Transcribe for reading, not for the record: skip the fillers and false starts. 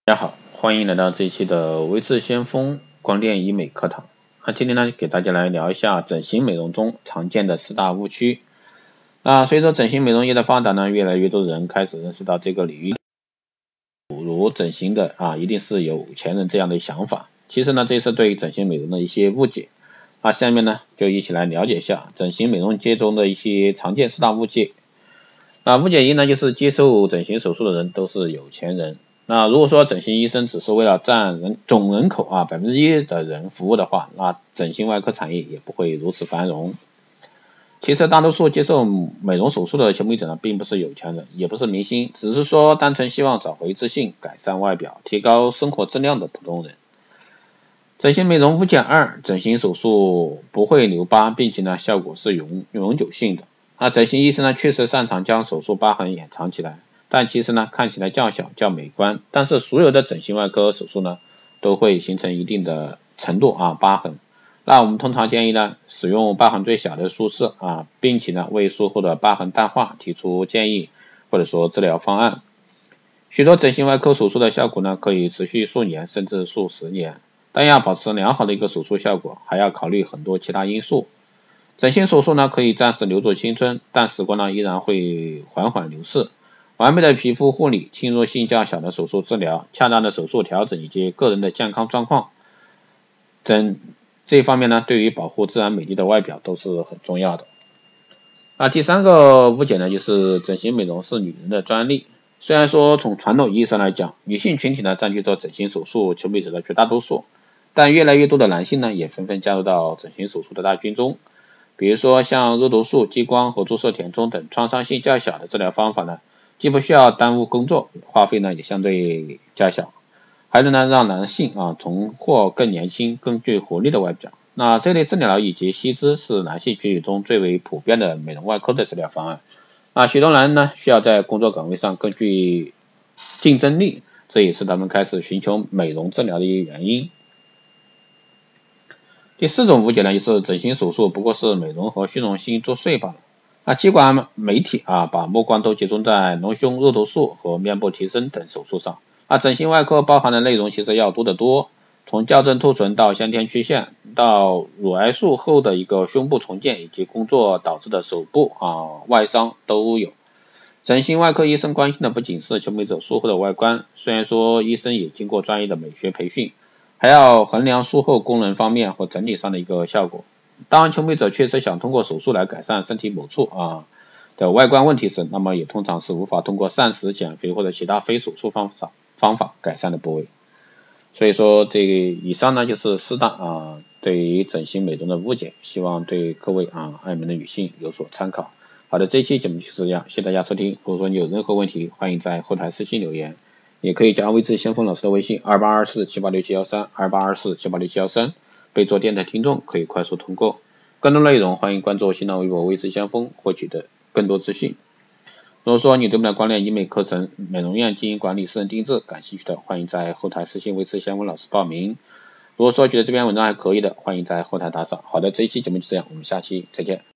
大家好，欢迎来到这一期的微智先锋光电医美课堂。今天呢，给大家来聊一下整形美容中常见的4大误区。随着整形美容业的发展呢，越来越多人开始认识到这个领域，如整形的一定是有钱人这样的想法。其实呢，这是对整形美容的一些误解。下面呢，就一起来了解一下整形美容界中的一些常见4大误解。误解1呢，就是接受整形手术的人都是有钱人。如果说整形医生只是为了占总人口1%的人服务的话，那整形外科产业也不会如此繁荣。其实大多数接受美容手术的求美者呢，并不是有钱人，也不是明星，只是说单纯希望找回自信、改善外表、提高生活质量的普通人。整形美容误解2，整形手术不会留疤，并且呢，效果是永久性的。整形医生呢，确实擅长将手术疤痕掩藏起来，但其实呢，看起来较小较美观。但是所有的整形外科手术呢，都会形成一定的程度疤痕。我们通常建议呢，使用疤痕最小的术式并且呢，为术后的疤痕淡化提出建议或者说治疗方案。许多整形外科手术的效果呢，可以持续数年甚至数十年，但要保持良好的一个手术效果，还要考虑很多其他因素。整形手术呢，可以暂时留住青春，但时光呢，依然会缓缓流逝。完美的皮肤护理、侵入性较小的手术治疗、恰当的手术调整以及个人的健康状况这方面呢，对于保护自然美丽的外表都是很重要的。第3个误解呢，就是整形美容是女人的专利。虽然说从传统意义上来讲，女性群体呢占据着整形手术求美者的绝大多数，但越来越多的男性呢，也纷纷加入到整形手术的大军中。比如说像肉毒素、激光和注射填充等创伤性较小的治疗方法呢，既不需要耽误工作，花费呢也相对较小，还能呢让男性重获更年轻、更具活力的外表。这类治疗以及吸脂是男性群体中最为普遍的美容外科的治疗方案。许多男人呢需要在工作岗位上更具竞争力，这也是他们开始寻求美容治疗的一个原因。第4种误解呢，就是整形手术不过是美容和虚荣心作祟罢了。尽管媒体把目光都集中在隆胸、肉毒素和面部提升等手术上，整形外科包含的内容其实要多得多，从校正凸唇到先天曲线，到乳癌术后的一个胸部重建以及工作导致的手部外伤都有。整形外科医生关心的不仅是求美者术后的外观，虽然说医生也经过专业的美学培训，还要衡量术后功能方面和整体上的一个效果。当求美者确实想通过手术来改善身体某处的外观问题时，那么也通常是无法通过膳食、减肥或者其他非手术方法改善的部位。所以说这个以上呢就是4大对于整形美容的误解，希望对各位爱美的女性有所参考。好的，这一期节目就是这样，谢谢大家收听。如果说你有任何问题，欢迎在后台私信留言，也可以加微智先锋老师的微信2824786713 2824786713，备注电台听众可以快速通过。更多内容欢迎关注新浪微博微智先锋，获取的更多资讯。如果说你对我们的光电医美课程、美容院经营管理、私人定制感兴趣的，欢迎在后台私信微智先锋老师报名。如果说觉得这篇文章还可以的，欢迎在后台打赏。好的，这一期节目就这样，我们下期再见。